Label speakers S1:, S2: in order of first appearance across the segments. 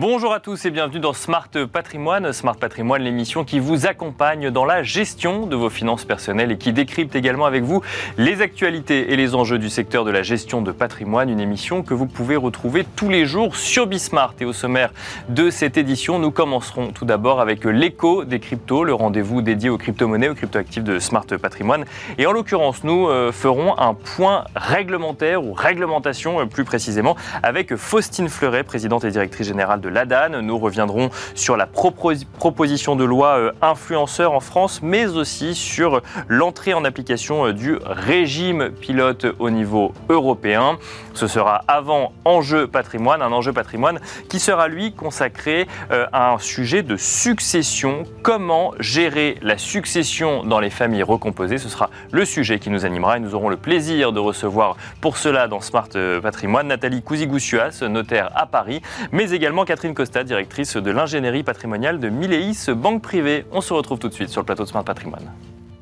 S1: Bonjour à tous et bienvenue dans Smart Patrimoine. Smart Patrimoine, l'émission qui vous accompagne dans la gestion de vos finances personnelles et qui décrypte également avec vous les actualités et les enjeux du secteur de la gestion de patrimoine. Une émission que vous pouvez retrouver tous les jours sur Bismart. Et au sommaire de cette édition, nous commencerons tout d'abord avec l'écho des cryptos, le rendez-vous dédié aux crypto-monnaies, aux crypto-actifs de Smart Patrimoine. Et en l'occurrence, nous ferons un point réglementaire ou réglementation plus précisément avec Faustine Fleuret, présidente et directrice générale de l'ADAN. Nous reviendrons sur la proposition de loi influenceur en France, mais aussi sur l'entrée en application du régime pilote au niveau européen. Ce sera avant Enjeu Patrimoine, un Enjeu Patrimoine qui sera lui consacré à un sujet de succession. Comment gérer la succession dans les familles recomposées? Ce sera le sujet qui nous animera et nous aurons le plaisir de recevoir pour cela dans Smart Patrimoine Nathalie Cousigoussias, notaire à Paris, mais également Catherine Costa, directrice de l'ingénierie patrimoniale de Mileis Banque Privée. On se retrouve tout de suite sur le plateau de Smart Patrimoine.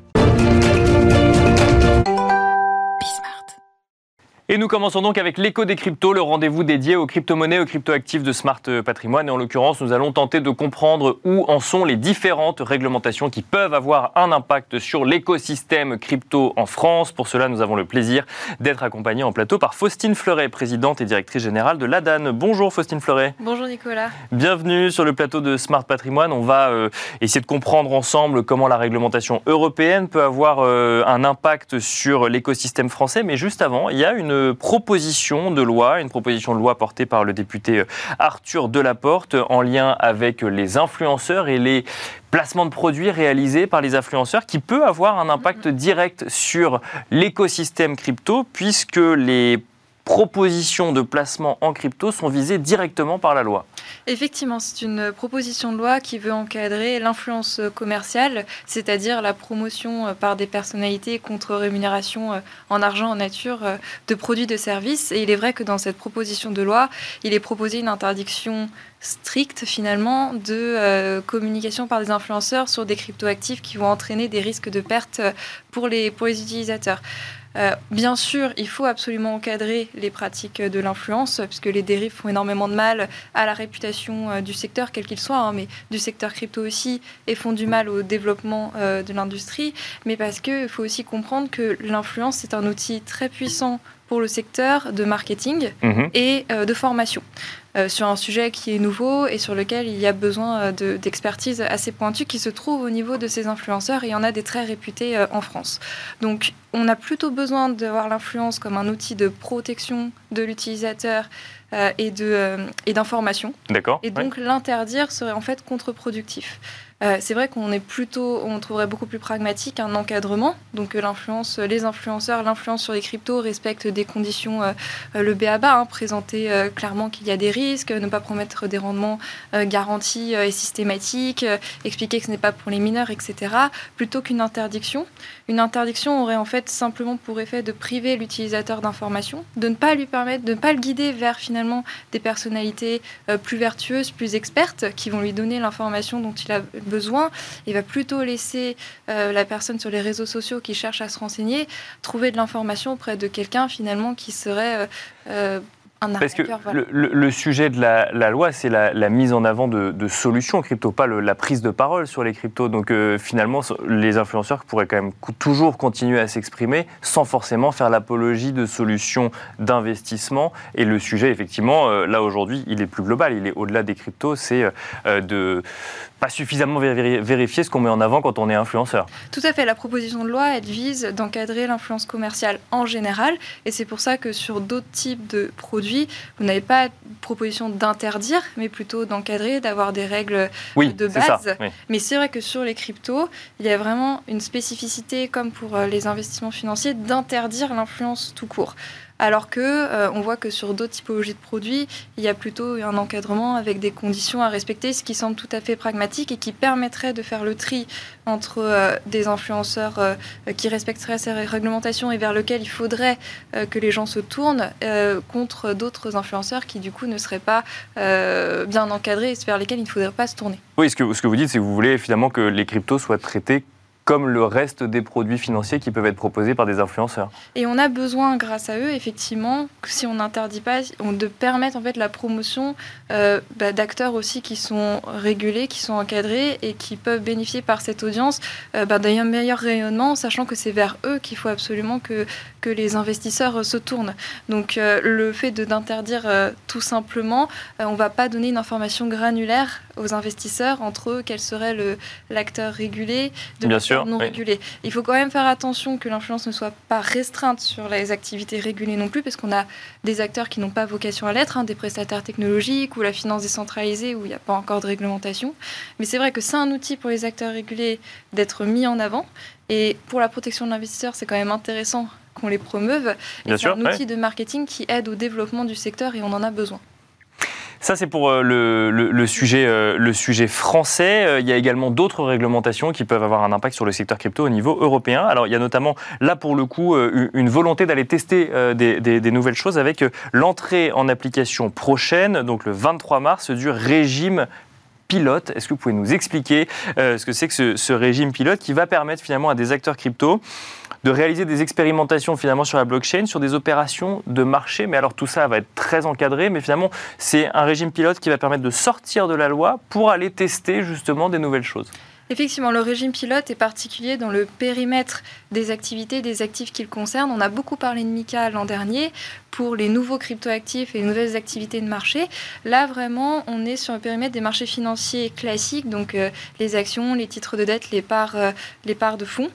S1: Et nous commençons donc avec l'écho des cryptos, le rendez-vous dédié aux crypto-monnaies, aux crypto-actifs de Smart Patrimoine. Et en l'occurrence, nous allons tenter de comprendre où en sont les différentes réglementations qui peuvent avoir un impact sur l'écosystème crypto en France. Pour cela, nous avons le plaisir d'être accompagnés en plateau par Faustine Fleuret, présidente et directrice générale de l'ADAN. Bonjour Faustine Fleuret.
S2: Bonjour Nicolas.
S1: Bienvenue sur le plateau de Smart Patrimoine. On va essayer de comprendre ensemble comment la réglementation européenne peut avoir un impact sur l'écosystème français. Mais juste avant, il y a une proposition de loi portée par le député Arthur Delaporte en lien avec les influenceurs et les placements de produits réalisés par les influenceurs qui peut avoir un impact direct sur l'écosystème crypto puisque les propositions de placement en crypto sont visées directement par la loi.
S2: Effectivement, c'est une proposition de loi qui veut encadrer l'influence commerciale, c'est-à-dire la promotion par des personnalités contre rémunération en argent, en nature, de produits, de services. Et il est vrai que dans cette proposition de loi, il est proposé une interdiction stricte finalement de communication par des influenceurs sur des cryptoactifs qui vont entraîner des risques de perte pour les utilisateurs. Bien sûr, il faut absolument encadrer les pratiques de l'influence, puisque les dérives font énormément de mal à la réputation du secteur, quel qu'il soit, mais du secteur crypto aussi, et font du mal au développement de l'industrie, mais parce qu'il faut aussi comprendre que l'influence, c'est un outil très puissant pour le secteur de marketing et de formation. Sur un sujet qui est nouveau et sur lequel il y a besoin d'expertise assez pointue qui se trouve au niveau de ces influenceurs, et il y en a des très réputés en France. Donc, on a plutôt besoin d'avoir l'influence comme un outil de protection de l'utilisateur et d'information.
S1: D'accord.
S2: Et donc, l'interdire serait en fait contre-productif. C'est vrai on trouverait beaucoup plus pragmatique un encadrement, donc l'influence sur les cryptos respecte des conditions, le b.a.-ba, présenter clairement qu'il y a des risques, ne pas promettre des rendements garantis et systématiques, expliquer que ce n'est pas pour les mineurs, etc., plutôt qu'une interdiction. Une interdiction aurait en fait simplement pour effet de priver l'utilisateur d'informations, de ne pas lui permettre, de ne pas le guider vers finalement des personnalités plus vertueuses, plus expertes, qui vont lui donner l'information dont il a besoin. Il va plutôt laisser la personne sur les réseaux sociaux qui cherche à se renseigner trouver de l'information auprès de quelqu'un finalement qui serait un arnaqueur.
S1: Parce que le sujet de la loi, c'est la mise en avant de solutions crypto, pas la prise de parole sur les cryptos. Donc finalement, les influenceurs pourraient quand même toujours continuer à s'exprimer sans forcément faire l'apologie de solutions d'investissement. Et le sujet, effectivement, là aujourd'hui, il est plus global. Il est au-delà des cryptos, c'est de pas suffisamment vérifier ce qu'on met en avant quand on est influenceur.
S2: Tout à fait. La proposition de loi, elle vise d'encadrer l'influence commerciale en général. Et c'est pour ça que sur d'autres types de produits, vous n'avez pas de proposition d'interdire, mais plutôt d'encadrer, d'avoir des règles de base. Oui. Mais c'est vrai que sur les cryptos, il y a vraiment une spécificité, comme pour les investissements financiers, d'interdire l'influence tout court. Alors qu'on voit que sur d'autres typologies de produits, il y a plutôt un encadrement avec des conditions à respecter, ce qui semble tout à fait pragmatique et qui permettrait de faire le tri entre des influenceurs qui respecteraient ces réglementations et vers lesquels il faudrait que les gens se tournent contre d'autres influenceurs qui du coup ne seraient pas bien encadrés et vers lesquels il ne faudrait pas se tourner.
S1: Oui, ce que vous dites, c'est que vous voulez finalement que les cryptos soient traités comme le reste des produits financiers qui peuvent être proposés par des influenceurs.
S2: Et on a besoin, grâce à eux, effectivement, si on n'interdit pas, de permettre en fait la promotion d'acteurs aussi qui sont régulés, qui sont encadrés et qui peuvent bénéficier par cette audience d'un meilleur rayonnement, sachant que c'est vers eux qu'il faut absolument que les investisseurs se tournent. Donc le fait d'interdire tout simplement, on ne va pas donner une information granulaire aux investisseurs entre eux, quel serait l'acteur régulé de l'acteur non régulé. Il faut quand même faire attention que l'influence ne soit pas restreinte sur les activités régulées non plus, parce qu'on a des acteurs qui n'ont pas vocation à l'être, des prestataires technologiques ou la finance décentralisée où il n'y a pas encore de réglementation. Mais c'est vrai que c'est un outil pour les acteurs régulés d'être mis en avant. Et pour la protection de l'investisseur, c'est quand même intéressant qu'on les promeuve. C'est un outil de marketing qui aide au développement du secteur et on en a besoin.
S1: Ça, c'est pour le sujet français. Il y a également d'autres réglementations qui peuvent avoir un impact sur le secteur crypto au niveau européen. Alors, il y a notamment, là, pour le coup, une volonté d'aller tester des nouvelles choses avec l'entrée en application prochaine, donc le 23 mars, du régime pilote. Est-ce que vous pouvez nous expliquer ce que c'est que ce régime pilote qui va permettre finalement à des acteurs crypto de réaliser des expérimentations finalement sur la blockchain, sur des opérations de marché. Mais alors tout ça va être très encadré, mais finalement c'est un régime pilote qui va permettre de sortir de la loi pour aller tester justement des nouvelles choses.
S2: Effectivement, le régime pilote est particulier dans le périmètre des activités, des actifs qu'il concerne. On a beaucoup parlé de MiCA l'an dernier pour les nouveaux cryptoactifs et les nouvelles activités de marché. Là, vraiment, on est sur le périmètre des marchés financiers classiques, donc les actions, les titres de dette, les parts de fonds.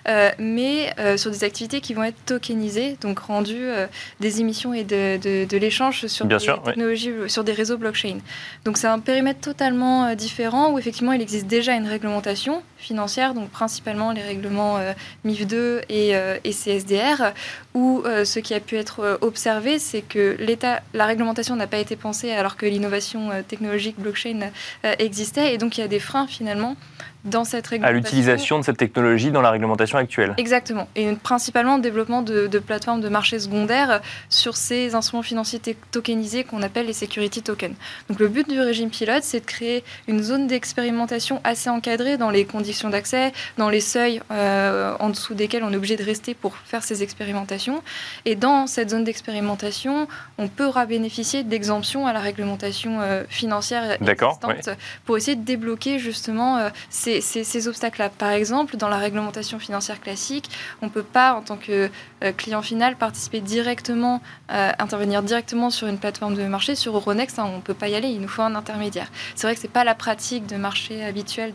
S2: Mais sur des activités qui vont être tokenisées, donc rendues des émissions et de l'échange sur des technologies, sur des réseaux blockchain. Donc c'est un périmètre totalement différent où effectivement il existe déjà une réglementation financière, donc principalement les règlements MIF2 et CSDR, où ce qui a pu être observé, c'est que la réglementation n'a pas été pensée alors que l'innovation technologique blockchain existait, et donc il y a des freins finalement dans cette réglementation.
S1: À l'utilisation de cette technologie dans la réglementation actuelle.
S2: Exactement. Et principalement le développement de plateformes de marché secondaires sur ces instruments financiers tokenisés qu'on appelle les security tokens. Donc le but du régime pilote, c'est de créer une zone d'expérimentation assez encadrée dans les conditions d'accès, dans les seuils en dessous desquels on est obligé de rester pour faire ces expérimentations. Et dans cette zone d'expérimentation, on pourra bénéficier d'exemptions à la réglementation financière existante pour essayer de débloquer justement ces obstacles-là. Par exemple, dans la réglementation financière classique, on ne peut pas, en tant que client final, participer directement, intervenir directement sur une plateforme de marché. Sur Euronext, on ne peut pas y aller, il nous faut un intermédiaire. C'est vrai que ce n'est pas la pratique de marché habituelle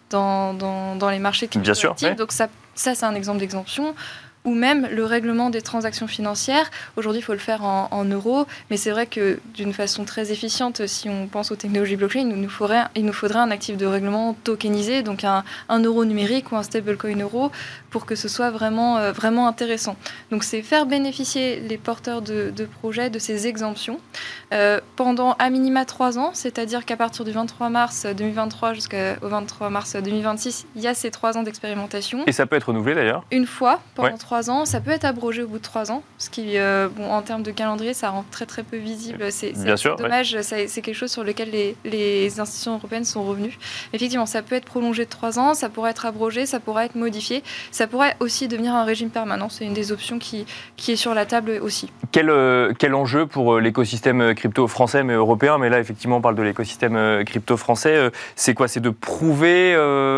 S2: dans les marchés
S1: Bien sûr,
S2: donc ça, c'est un exemple d'exemption. Ou même le règlement des transactions financières. Aujourd'hui, il faut le faire en euros, mais c'est vrai que d'une façon très efficiente, si on pense aux technologies blockchain, il nous faudrait un actif de règlement tokenisé, donc un euro numérique ou un stablecoin euro, pour que ce soit vraiment, vraiment intéressant. Donc c'est faire bénéficier les porteurs de projets de ces exemptions pendant à minima 3 ans, c'est-à-dire qu'à partir du 23 mars 2023 jusqu'au 23 mars 2026, il y a ces 3 ans d'expérimentation.
S1: Et ça peut être renouvelé d'ailleurs ?
S2: Une fois, pendant 3 ans. Ça peut être abrogé au bout de 3 ans, ce qui, en termes de calendrier, ça rend très très peu visible. C'est dommage, c'est quelque chose sur lequel les institutions européennes sont revenues. Effectivement, ça peut être prolongé de 3 ans, ça pourrait être abrogé, ça pourrait être modifié, ça pourrait aussi devenir un régime permanent. C'est une des options qui est sur la table aussi.
S1: Quel enjeu pour l'écosystème crypto français, mais européen, mais là, effectivement, on parle de l'écosystème crypto français. C'est quoi ? C'est de prouver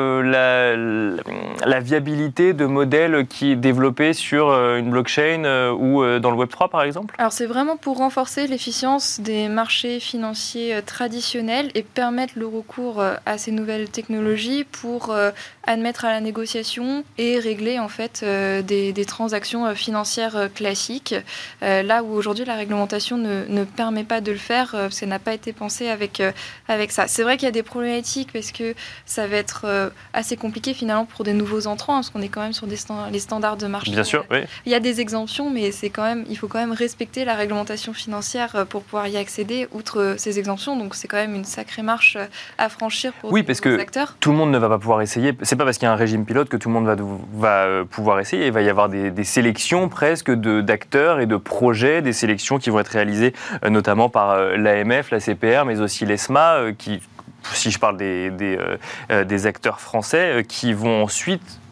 S1: la viabilité de modèles qui est développé sur une blockchain ou dans le Web3, par exemple ?
S2: Alors, c'est vraiment pour renforcer l'efficience des marchés financiers traditionnels et permettre le recours à ces nouvelles technologies pour admettre à la négociation et régler en fait des transactions financières classiques. Là où aujourd'hui la réglementation ne permet pas de le faire, ça n'a pas été pensé avec ça. C'est vrai qu'il y a des problématiques parce que ça va être assez compliqué finalement pour des nouveaux entrants, parce qu'on est quand même sur les standards de marché.
S1: Bien sûr, oui.
S2: Il y a des exemptions, mais il faut quand même respecter la réglementation financière pour pouvoir y accéder, outre ces exemptions. Donc c'est quand même une sacrée marche à franchir pour les nouveaux acteurs.
S1: Tout le monde ne va pas pouvoir essayer. C'est pas parce qu'il y a un régime pilote que tout le monde va pouvoir essayer. Il va y avoir des sélections presque d'acteurs et de projets, des sélections qui vont être réalisées notamment par l'AMF, la CPR, mais aussi l'ESMA, si je parle des acteurs français, qui vont ensuite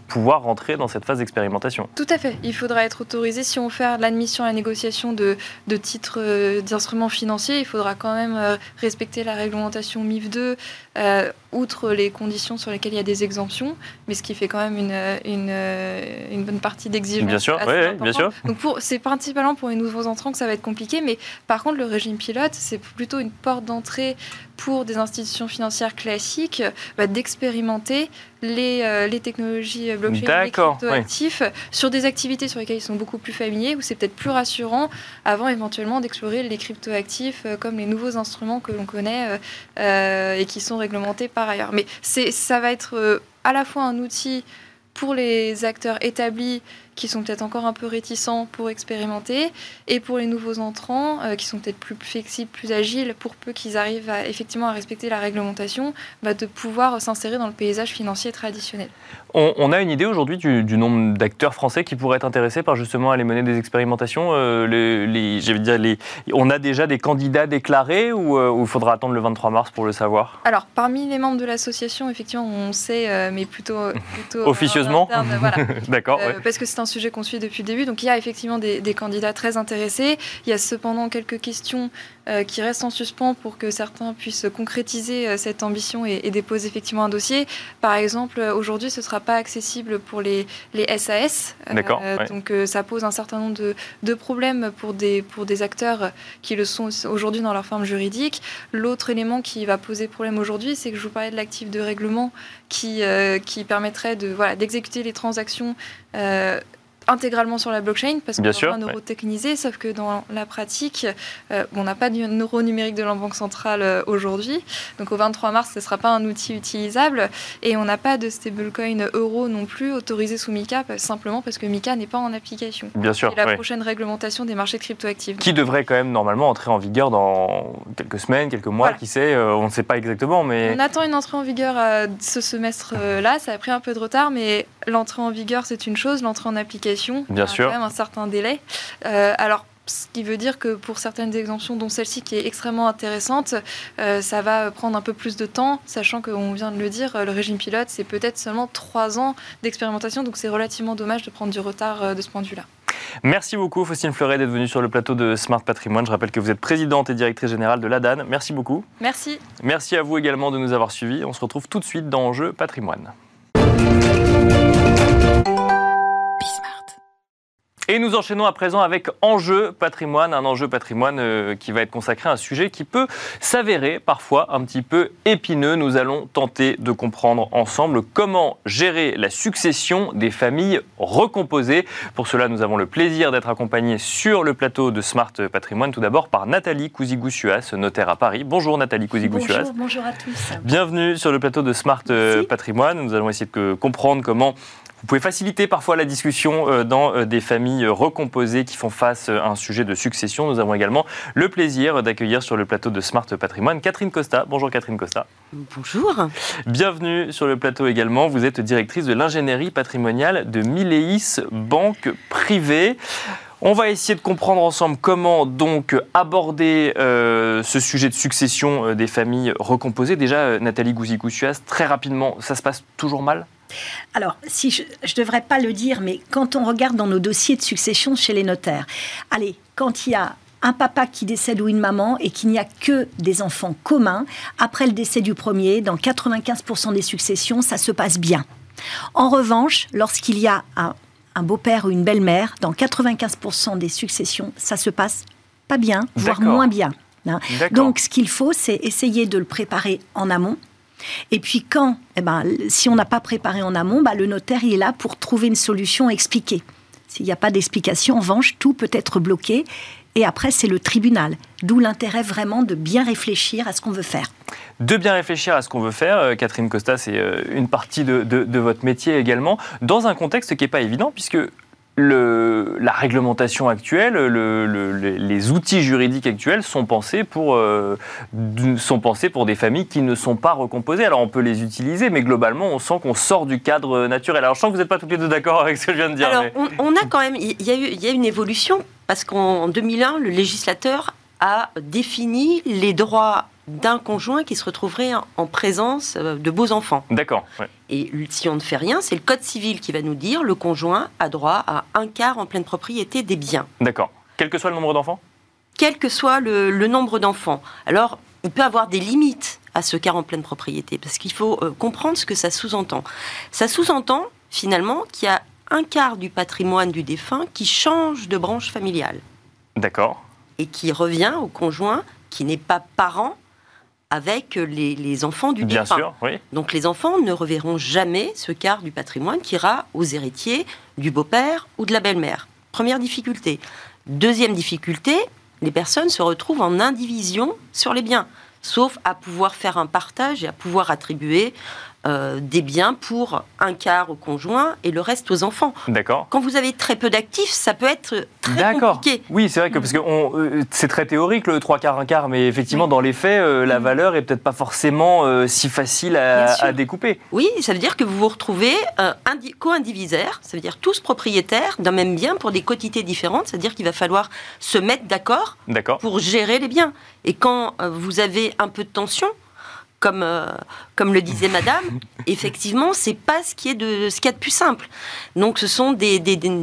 S1: pouvoir rentrer dans cette phase d'expérimentation.
S2: Tout à fait. Il faudra être autorisé. Si on fait l'admission à la négociation de titres d'instruments financiers, il faudra quand même respecter la réglementation MIF 2, outre les conditions sur lesquelles il y a des exemptions, mais ce qui fait quand même une bonne partie d'exigence.
S1: Bien sûr, oui, bien sûr.
S2: Donc c'est principalement pour les nouveaux entrants que ça va être compliqué, mais par contre, le régime pilote, c'est plutôt une porte d'entrée pour des institutions financières classiques d'expérimenter les technologies blockchain, les cryptoactifs, sur des activités sur lesquelles ils sont beaucoup plus familiers, où c'est peut-être plus rassurant avant éventuellement d'explorer les cryptoactifs comme les nouveaux instruments que l'on connaît et qui sont réglementés par ailleurs. Mais ça va être à la fois un outil pour les acteurs établis qui sont peut-être encore un peu réticents pour expérimenter, et pour les nouveaux entrants qui sont peut-être plus flexibles, plus agiles, pour peu qu'ils arrivent effectivement à respecter la réglementation, de pouvoir s'insérer dans le paysage financier traditionnel.
S1: On a une idée aujourd'hui du nombre d'acteurs français qui pourraient être intéressés par justement aller mener des expérimentations. On a déjà des candidats déclarés ou il faudra attendre le 23 mars pour le savoir?
S2: Alors, parmi les membres de l'association, effectivement, on sait, mais plutôt
S1: officieusement.
S2: Interne, voilà.
S1: D'accord.
S2: Parce que c'est un sujet qu'on suit depuis le début. Donc, il y a effectivement des candidats très intéressés. Il y a cependant quelques questions qui restent en suspens pour que certains puissent concrétiser cette ambition et déposer effectivement un dossier. Par exemple, aujourd'hui, ce ne sera pas accessible pour les SAS.
S1: D'accord.
S2: Donc, ça pose un certain nombre de problèmes pour des acteurs qui le sont aujourd'hui dans leur forme juridique. L'autre élément qui va poser problème aujourd'hui, c'est que je vous parlais de l'actif de règlement qui permettrait d'exécuter les transactions intégralement sur la blockchain, parce qu'on va neurotechniser, sauf que dans la pratique, on n'a pas de euro numérique de la Banque centrale aujourd'hui. Donc au 23 mars, ce ne sera pas un outil utilisable, et on n'a pas de stablecoin euro non plus autorisé sous MiCA, simplement parce que MiCA n'est pas en application.
S1: Bien sûr.
S2: C'est la prochaine réglementation des marchés de cryptoactifs.
S1: Qui devrait quand même normalement entrer en vigueur dans quelques semaines, quelques mois, qui sait, on ne sait pas exactement. Mais... On
S2: attend une entrée en vigueur ce semestre-là, ça a pris un peu de retard, mais l'entrée en vigueur, c'est une chose, l'entrée en application,
S1: bien sûr,
S2: quand même un certain délai. Alors, ce qui veut dire que pour certaines exemptions, dont celle-ci qui est extrêmement intéressante, ça va prendre un peu plus de temps, sachant qu'on vient de le dire, le régime pilote, c'est peut-être seulement 3 ans d'expérimentation, donc c'est relativement dommage de prendre du retard de ce point de vue-là.
S1: Merci beaucoup Faustine Fleuret d'être venue sur le plateau de Smart Patrimoine. Je rappelle que vous êtes présidente et directrice générale de l'ADAN. Merci beaucoup.
S2: Merci.
S1: Merci à vous également de nous avoir suivis. On se retrouve tout de suite dans Enjeu Patrimoine. Et nous enchaînons à présent avec Enjeu Patrimoine, un enjeu patrimoine qui va être consacré à un sujet qui peut s'avérer parfois un petit peu épineux. Nous allons tenter de comprendre ensemble comment gérer la succession des familles recomposées. Pour cela, nous avons le plaisir d'être accompagnés sur le plateau de Smart Patrimoine, tout d'abord par Nathalie Couzigou-Suas, notaire à Paris. Bonjour Nathalie Couzigou-Suas.
S3: Bonjour à tous.
S1: Bienvenue sur le plateau de Smart Patrimoine. Nous allons essayer de comprendre comment vous pouvez faciliter parfois la discussion dans des familles recomposées qui font face à un sujet de succession. Nous avons également le plaisir d'accueillir sur le plateau de Smart Patrimoine Catherine Costa. Bonjour Catherine Costa.
S3: Bonjour.
S1: Bienvenue sur le plateau également. Vous êtes directrice de l'ingénierie patrimoniale de Mileis Banque Privée. On va essayer de comprendre ensemble comment donc aborder ce sujet de succession des familles recomposées. Déjà, Nathalie Couzigou-Suas, très rapidement, ça se passe toujours mal ?
S3: Alors, si je ne devrais pas le dire, mais quand on regarde dans nos dossiers de succession chez les notaires, allez, quand il y a un papa qui décède ou une maman et qu'il n'y a que des enfants communs, après le décès du premier, dans 95% des successions, ça se passe bien. En revanche, lorsqu'il y a un beau-père ou une belle-mère, dans 95% des successions, ça se passe pas bien, voire moins bien. Hein. Donc, ce qu'il faut, c'est essayer de le préparer en amont. Et puis si on n'a pas préparé en amont, le notaire il est là pour trouver une solution expliquée. S'il n'y a pas d'explication, en revanche, tout peut être bloqué. Et après, c'est le tribunal. D'où l'intérêt vraiment de bien réfléchir à ce qu'on veut faire.
S1: De bien réfléchir à ce qu'on veut faire. Catherine Costa, c'est une partie de votre métier également, dans un contexte qui n'est pas évident, puisque la réglementation actuelle, les outils juridiques actuels sont pensés pour des familles qui ne sont pas recomposées. Alors on peut les utiliser, mais globalement on sent qu'on sort du cadre naturel. Alors je sens que vous n'êtes pas toutes les deux d'accord avec ce que je viens de dire.
S4: Alors on a quand même, il y a une évolution, parce qu'en 2001, le législateur a défini les droits d'un conjoint qui se retrouverait en présence de beaux enfants.
S1: D'accord. Ouais.
S4: Et si on ne fait rien, c'est le Code civil qui va nous dire le conjoint a droit à un quart en pleine propriété des biens.
S1: D'accord. Quel que soit le nombre d'enfants ?
S4: Quel que soit le nombre d'enfants. Alors, il peut avoir des limites à ce quart en pleine propriété, parce qu'il faut comprendre ce que ça sous-entend. Ça sous-entend, finalement, qu'il y a un quart du patrimoine du défunt qui change de branche familiale.
S1: D'accord.
S4: Et qui revient au conjoint qui n'est pas parent avec les enfants du défunt.
S1: Bien sûr, oui.
S4: Donc les enfants ne reverront jamais ce quart du patrimoine qui ira aux héritiers du beau-père ou de la belle-mère. Première difficulté. Deuxième difficulté, les personnes se retrouvent en indivision sur les biens, sauf à pouvoir faire un partage et à pouvoir attribuer des biens pour un quart au conjoint et le reste aux enfants.
S1: D'accord.
S4: Quand vous avez très peu d'actifs, ça peut être très compliqué.
S1: Oui, c'est vrai que parce que c'est très théorique le 3/4, 1/4, mais effectivement dans les faits, la valeur est peut-être pas forcément si facile à découper.
S4: Oui, ça veut dire que vous vous retrouvez co-indivisaires, ça veut dire tous propriétaires d'un même bien pour des quotités différentes, c'est-à-dire qu'il va falloir se mettre d'accord pour gérer les biens. Et quand vous avez un peu de tension, comme le disait Madame, effectivement, c'est pas ce qu'il y a de plus simple. Donc, ce sont des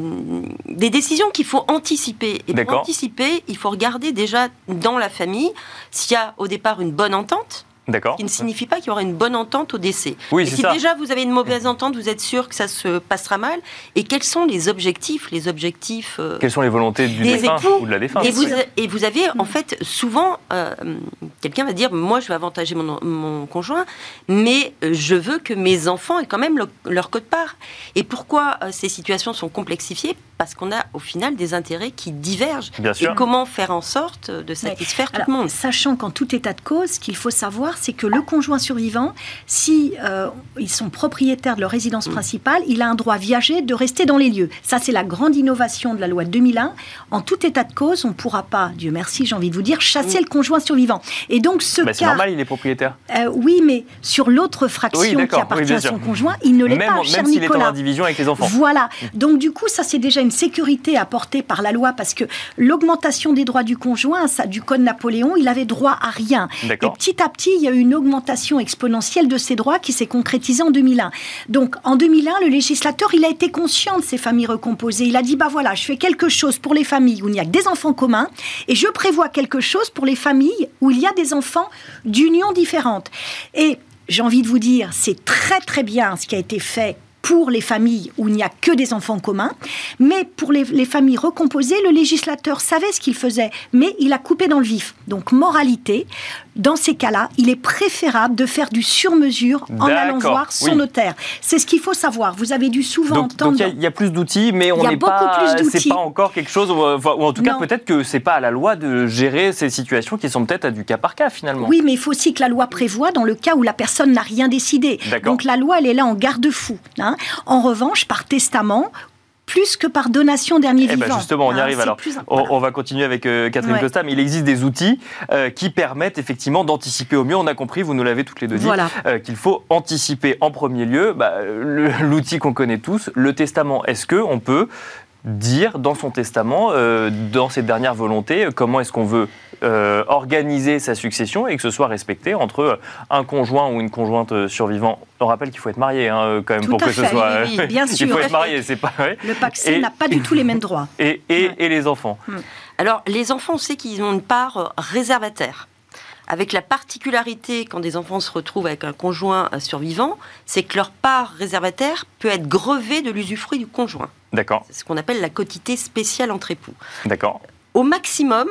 S4: décisions qu'il faut anticiper. Et pour anticiper, il faut regarder déjà dans la famille s'il y a au départ une bonne entente.
S1: D'accord.
S4: Qui ne signifie pas qu'il y aura une bonne entente au décès.
S1: Oui,
S4: et si déjà vous avez une mauvaise entente, vous êtes sûr que ça se passera mal. Et quels sont les objectifs
S1: Quelles sont les volontés du défunt ou de la défunte?
S4: Et vous avez, en fait, souvent, quelqu'un va dire, moi je vais avantager mon conjoint, mais je veux que mes enfants aient quand même leur quote-part. Et pourquoi ces situations sont complexifiées? Parce qu'on a au final des intérêts qui divergent.
S1: Bien sûr.
S4: Et comment faire en sorte de satisfaire tout le monde?
S3: Sachant qu'en tout état de cause, ce qu'il faut savoir, c'est que le conjoint survivant, si ils sont propriétaires de leur résidence principale, il a un droit viager de rester dans les lieux. Ça, c'est la grande innovation de la loi de 2001. En tout état de cause, on ne pourra pas, Dieu merci, j'ai envie de vous dire, chasser le conjoint survivant. Et donc,
S1: c'est normal, il est propriétaire.
S3: Oui, mais sur l'autre fraction qui appartient à son conjoint, il ne l'est pas, cher
S1: même s'il
S3: Nicolas.
S1: est en indivision avec les enfants.
S3: Voilà. Donc, du coup, ça, c'est déjà une sécurité apportée par la loi, parce que l'augmentation des droits du conjoint, ça, du Code Napoléon, il avait droit à rien. Et petit à petit, il y a eu une augmentation exponentielle de ces droits qui s'est concrétisée en 2001. Donc, en 2001, le législateur, il a été conscient de ces familles recomposées. Il a dit, bah voilà, je fais quelque chose pour les familles où il n'y a que des enfants communs, et je prévois quelque chose pour les familles où il y a des enfants d'unions différentes. Et j'ai envie de vous dire, c'est très très bien ce qui a été fait pour les familles où il n'y a que des enfants communs, mais pour les familles recomposées, le législateur savait ce qu'il faisait, mais il a coupé dans le vif. Donc, moralité, dans ces cas-là, il est préférable de faire du sur-mesure en allant voir son notaire. C'est ce qu'il faut savoir. Vous avez dû souvent entendre...
S1: Donc, il y a plus d'outils, mais on n'est pas... C'est pas encore quelque chose... Ou en tout cas, peut-être que c'est pas à la loi de gérer ces situations qui sont peut-être à du cas par cas, finalement.
S3: Oui, mais il faut aussi que la loi prévoie dans le cas où la personne n'a rien décidé. Donc, la loi, elle est là en garde-fou. En revanche, par testament, plus que par donation dernier vivant.
S1: Justement, on y arrive alors. On va continuer avec Catherine Costa, mais il existe des outils qui permettent effectivement d'anticiper au mieux. On a compris, vous nous l'avez toutes les deux dit, qu'il faut anticiper en premier lieu l'outil qu'on connaît tous, le testament. Est-ce qu'on peut dire dans son testament, dans ses dernières volontés, comment est-ce qu'on veut organiser sa succession et que ce soit respecté entre un conjoint ou une conjointe survivant. On rappelle qu'il faut être marié quand même
S3: tout
S1: pour que
S3: fait,
S1: ce soit...
S3: Oui, bien sûr.
S1: Il faut être marié, c'est pas...
S3: Le pacsé n'a pas du tout les mêmes droits.
S1: Et les enfants.
S4: Alors, les enfants, on sait qu'ils ont une part réservataire. Avec la particularité, quand des enfants se retrouvent avec un conjoint survivant, c'est que leur part réservataire peut être grevée de l'usufruit du conjoint.
S1: D'accord.
S4: C'est ce qu'on appelle la quotité spéciale entre époux.
S1: D'accord.
S4: Au maximum,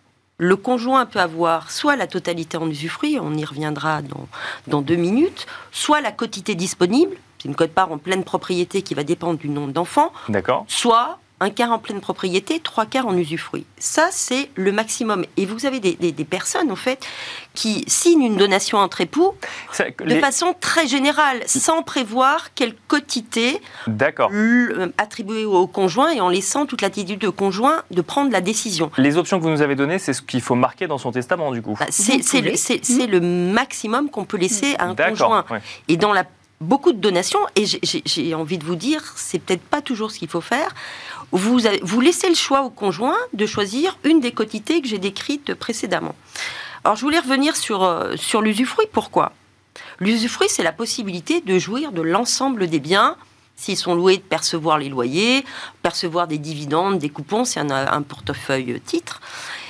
S4: le conjoint peut avoir soit la totalité en usufruit, on y reviendra dans 2 minutes, soit la quotité disponible, c'est une quote-part en pleine propriété qui va dépendre du nombre d'enfants, soit un quart en pleine propriété, 3 quarts en usufruit. Ça, c'est le maximum. Et vous avez des personnes, en fait, qui signent une donation entre époux de façon très générale, sans prévoir quelle quotité attribuer au conjoint et en laissant toute l'attitude de conjoint de prendre la décision.
S1: Les options que vous nous avez données, c'est ce qu'il faut marquer dans son testament, du coup.
S4: C'est le maximum qu'on peut laisser à un conjoint. Et dans la beaucoup de donations, et j'ai envie de vous dire, c'est peut-être pas toujours ce qu'il faut faire. Vous laissez le choix au conjoint de choisir une des quotités que j'ai décrites précédemment. Alors, je voulais revenir sur l'usufruit. Pourquoi ? L'usufruit, c'est la possibilité de jouir de l'ensemble des biens. S'ils sont loués, de percevoir les loyers, percevoir des dividendes, des coupons, c'est un portefeuille titre,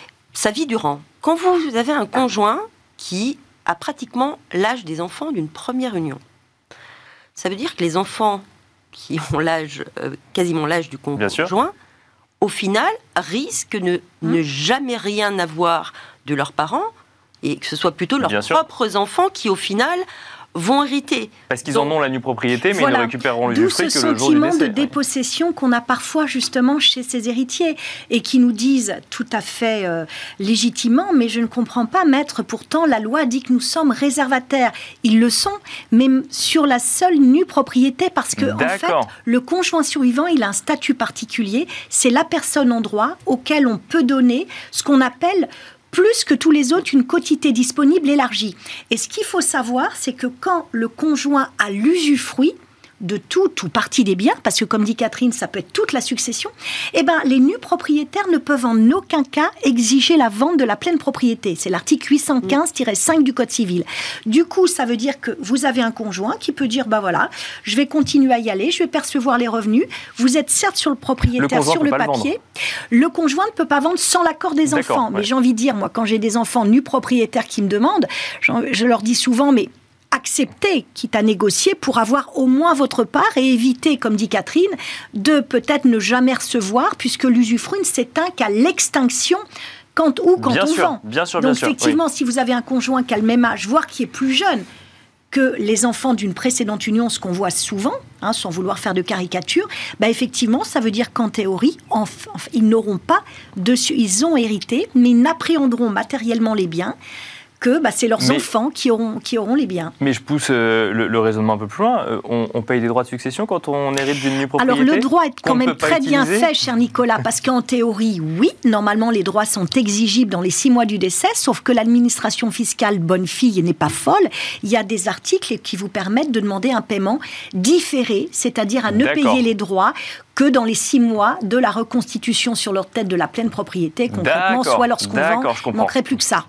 S4: sa vie durant. Quand vous avez un conjoint qui a pratiquement l'âge des enfants d'une première union, ça veut dire que les enfants qui ont quasiment l'âge du conjoint, au final, risquent de ne jamais rien avoir de leurs parents, et que ce soit plutôt leurs propres enfants qui, au final, vont hériter.
S1: Parce qu'ils en ont la nue propriété, mais ils ne récupéreront l'usufruit que le jour du décès.
S3: D'où ce sentiment de dépossession qu'on a parfois justement chez ces héritiers et qui nous disent tout à fait légitimement, mais je ne comprends pas, maître, pourtant la loi dit que nous sommes réservataires. Ils le sont, mais sur la seule nue propriété, parce que en fait, le conjoint survivant, il a un statut particulier. C'est la personne en droit auquel on peut donner ce qu'on appelle plus que tous les autres, une quotité disponible élargie. Et ce qu'il faut savoir, c'est que quand le conjoint a l'usufruit de tout ou partie des biens, parce que comme dit Catherine, ça peut être toute la succession, eh ben, les nus propriétaires ne peuvent en aucun cas exiger la vente de la pleine propriété. C'est l'article 815-5 du Code civil. Du coup, ça veut dire que vous avez un conjoint qui peut dire, bah voilà, je vais continuer à y aller, je vais percevoir les revenus. Vous êtes certes sur le propriétaire, sur le papier. Le conjoint ne peut pas vendre sans l'accord des enfants. Mais j'ai envie de dire, moi, quand j'ai des enfants nus propriétaires qui me demandent, je leur dis souvent, mais accepter, quitte à négocier, pour avoir au moins votre part et éviter, comme dit Catherine, de peut-être ne jamais recevoir, puisque l'usufruit ne s'éteint qu'à l'extinction quand on vend. Donc effectivement, si vous avez un conjoint qui a le même âge, voire qui est plus jeune que les enfants d'une précédente union, ce qu'on voit souvent, sans vouloir faire de caricature, bah effectivement, ça veut dire qu'en théorie, ils n'auront pas ils ont hérité, mais ils n'appréhenderont matériellement les biens que c'est leurs enfants qui auront les biens.
S1: Mais je pousse le raisonnement un peu plus loin. On paye des droits de succession quand on hérite d'une nue propriété ?
S3: Alors le droit est quand même très bien fait, cher Nicolas, parce qu'en théorie, oui, normalement les droits sont exigibles dans les 6 mois du décès, sauf que l'administration fiscale, bonne fille, n'est pas folle. Il y a des articles qui vous permettent de demander un paiement différé, c'est-à-dire à ne payer les droits que dans les 6 mois de la reconstitution sur leur tête de la pleine propriété, concrètement, soit lorsqu'on vend, il manquerait plus que ça.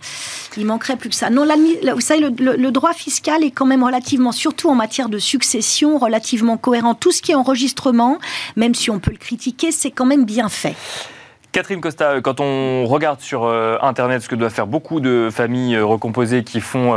S3: Non, vous savez, le droit fiscal est quand même relativement, surtout en matière de succession, relativement cohérent. Tout ce qui est enregistrement, même si on peut le critiquer, c'est quand même bien fait.
S1: Catherine Costa, quand on regarde sur Internet ce que doivent faire beaucoup de familles recomposées qui font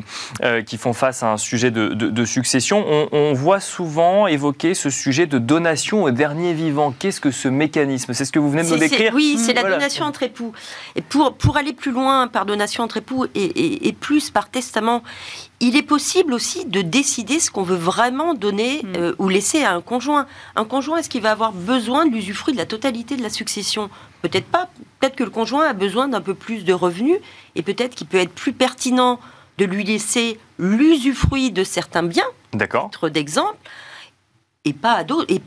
S1: face à un sujet de succession, on voit souvent évoquer ce sujet de donation au dernier vivant. Qu'est-ce que ce mécanisme ? C'est ce que vous venez de nous décrire ?
S4: Oui, c'est la donation entre époux. Et pour aller plus loin par donation entre époux et plus par testament, il est possible aussi de décider ce qu'on veut vraiment donner ou laisser à un conjoint. Un conjoint, est-ce qu'il va avoir besoin de l'usufruit de la totalité de la succession ? Peut-être pas. Peut-être que le conjoint a besoin d'un peu plus de revenus et peut-être qu'il peut être plus pertinent de lui laisser l'usufruit de certains biens, titre d'exemple, et pas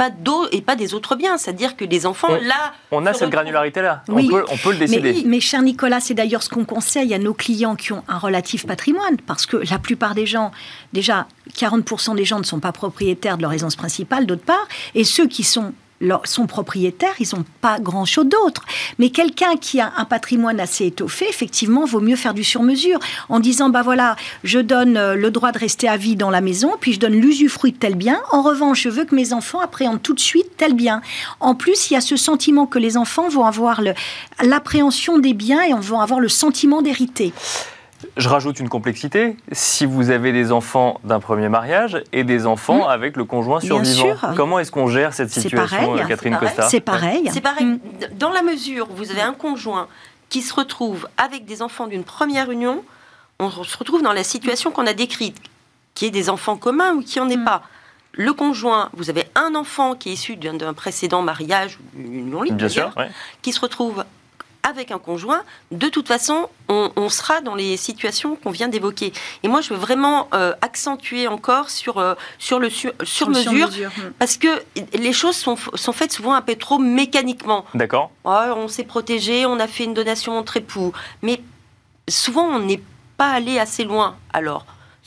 S4: des autres biens. C'est-à-dire que les enfants,
S1: on a cette granularité-là.
S3: Oui.
S1: On peut le décider.
S3: Mais cher Nicolas, c'est d'ailleurs ce qu'on conseille à nos clients qui ont un relatif patrimoine, parce que la plupart des gens, déjà, 40% des gens ne sont pas propriétaires de leur résidence principale, d'autre part, et ceux qui sont propriétaires, ils n'ont pas grand-chose d'autre. Mais quelqu'un qui a un patrimoine assez étoffé, effectivement, vaut mieux faire du sur-mesure, en disant, voilà, je donne le droit de rester à vie dans la maison, puis je donne l'usufruit de tel bien. En revanche, je veux que mes enfants appréhendent tout de suite tel bien. En plus, il y a ce sentiment que les enfants vont avoir l'appréhension des biens et vont avoir le sentiment d'hériter.
S1: Je rajoute une complexité. Si vous avez des enfants d'un premier mariage et des enfants avec le conjoint survivant, comment est-ce qu'on gère cette situation, Catherine Costa ?
S3: C'est pareil.
S4: C'est pareil. Dans la mesure où vous avez un conjoint qui se retrouve avec des enfants d'une première union, on se retrouve dans la situation qu'on a décrite, qui est des enfants communs ou qui n'en est pas. Le conjoint, vous avez un enfant qui est issu d'un précédent mariage, une union libre, qui se retrouve avec un conjoint, de toute façon, on sera dans les situations qu'on vient d'évoquer. Et moi, je veux vraiment accentuer encore sur le sur-mesure, parce que les choses sont faites souvent un peu trop mécaniquement.
S1: D'accord.
S4: On s'est protégé, on a fait une donation entre époux, mais souvent, on n'est pas allé assez loin. Alors,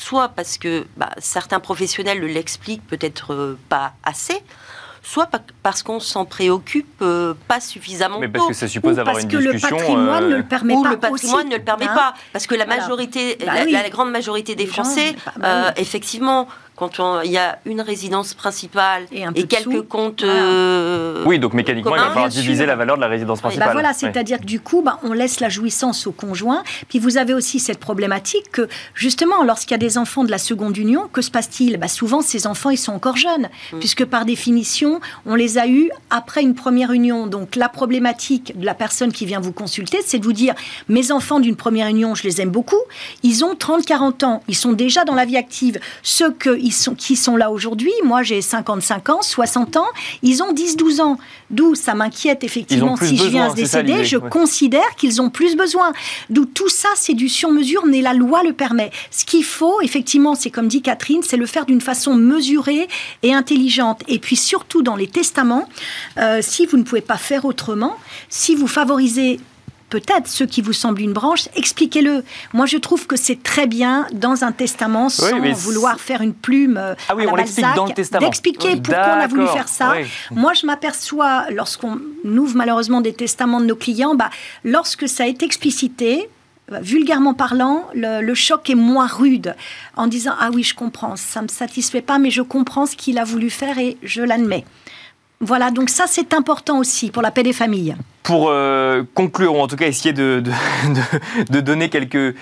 S4: soit parce que certains professionnels ne l'expliquent peut-être pas assez, soit parce qu'on s'en préoccupe pas suffisamment
S1: mais parce que ça suppose avoir une discussion...
S3: Parce que le patrimoine ne le permet pas.
S4: Le patrimoine ne le permet pas. Parce que la majorité, la grande majorité des Français, effectivement... Quand il y a une résidence principale et quelques comptes...
S1: oui, donc mécaniquement, il va falloir diviser la valeur de la résidence principale.
S3: Voilà, c'est-à-dire que du coup, on laisse la jouissance au conjoint. Puis vous avez aussi cette problématique que, justement, lorsqu'il y a des enfants de la seconde union, que se passe-t-il ? Souvent, ces enfants, ils sont encore jeunes, puisque par définition, on les a eus après une première union. Donc la problématique de la personne qui vient vous consulter, c'est de vous dire, mes enfants d'une première union, je les aime beaucoup, ils ont 30-40 ans, ils sont déjà dans la vie active. Ceux qui sont là aujourd'hui, moi j'ai 55 ans, 60 ans, ils ont 10-12 ans. D'où ça m'inquiète effectivement si je viens à se décéder, je considère qu'ils ont plus besoin. D'où tout ça, c'est du sur-mesure, mais la loi le permet. Ce qu'il faut, effectivement, c'est comme dit Catherine, c'est le faire d'une façon mesurée et intelligente. Et puis surtout dans les testaments, si vous ne pouvez pas faire autrement, si vous favorisez peut-être ceux qui vous semblent une branche, expliquez-le. Moi, je trouve que c'est très bien dans un testament, sans vouloir faire une plume à la Balzac,
S1: dans le testament.
S3: D'expliquer pourquoi on a voulu faire ça. Oui. Moi, je m'aperçois, lorsqu'on ouvre malheureusement des testaments de nos clients, lorsque ça est explicité, vulgairement parlant, le choc est moins rude, en disant « Ah oui, je comprends, ça ne me satisfait pas, mais je comprends ce qu'il a voulu faire et je l'admets ». Voilà, donc ça, c'est important aussi pour la paix des familles.
S1: Pour conclure, ou en tout cas essayer de donner quelques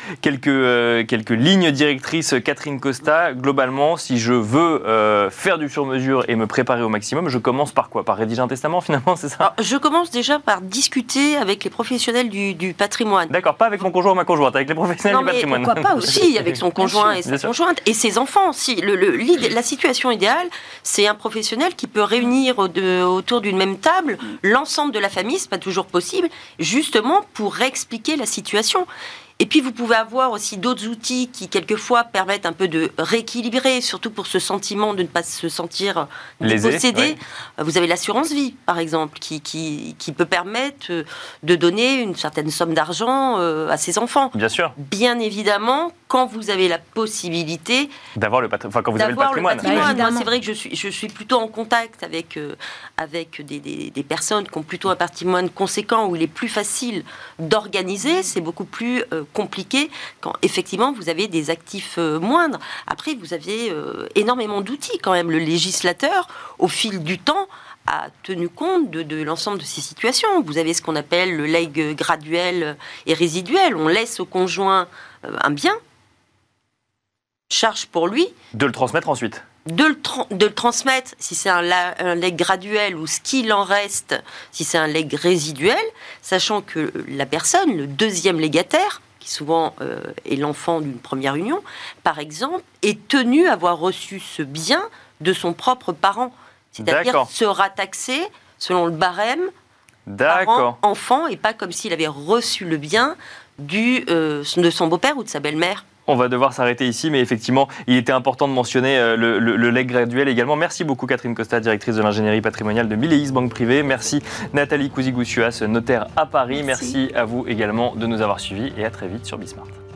S1: lignes directrices, Catherine Costa, globalement, si je veux faire du sur-mesure et me préparer au maximum, je commence par quoi ? Par rédiger un testament, finalement, c'est ça ?
S4: Alors, je commence déjà par discuter avec les professionnels du patrimoine.
S1: D'accord, pas avec mon conjoint ou ma conjointe, avec les professionnels du patrimoine.
S3: Pourquoi pas aussi,
S4: avec son conjoint et sa conjointe, et ses enfants. Si, la situation idéale, c'est un professionnel qui peut réunir autour d'une même table l'ensemble de la famille, c'est pas toujours possible, justement pour expliquer la situation. Et puis vous pouvez avoir aussi d'autres outils qui quelquefois permettent un peu de rééquilibrer, surtout pour ce sentiment de ne pas se sentir dépossédé. Ouais. Vous avez l'assurance vie, par exemple, qui peut permettre de donner une certaine somme d'argent à ses enfants.
S1: Bien sûr.
S4: Bien évidemment, quand vous avez la possibilité
S1: d'avoir le patrimoine. Enfin, quand vous avez le patrimoine.
S4: Moi, c'est vrai que je suis plutôt en contact avec des personnes qui ont plutôt un patrimoine conséquent où il est plus facile d'organiser. C'est beaucoup plus compliqué quand effectivement vous avez des actifs moindres. Après, vous avez énormément d'outils quand même. Le législateur, au fil du temps, a tenu compte de l'ensemble de ces situations. Vous avez ce qu'on appelle le legs graduel et résiduel. On laisse au conjoint un bien, charge pour lui.
S1: De le transmettre ensuite.
S4: De le transmettre si c'est un legs graduel ou ce qu'il en reste si c'est un legs résiduel, sachant que la personne, le deuxième légataire, qui souvent est l'enfant d'une première union, par exemple, est tenu à avoir reçu ce bien de son propre parent. C'est-à-dire sera taxé selon le barème parent-enfant et pas comme s'il avait reçu le bien de son beau-père ou de sa belle-mère.
S1: On va devoir s'arrêter ici, mais effectivement, il était important de mentionner le legs graduel également. Merci beaucoup Catherine Costa, directrice de l'ingénierie patrimoniale de Milleis Banque Privée. Merci Nathalie Cousy-Goussias, notaire à Paris. Merci à vous également de nous avoir suivis et à très vite sur Bismart.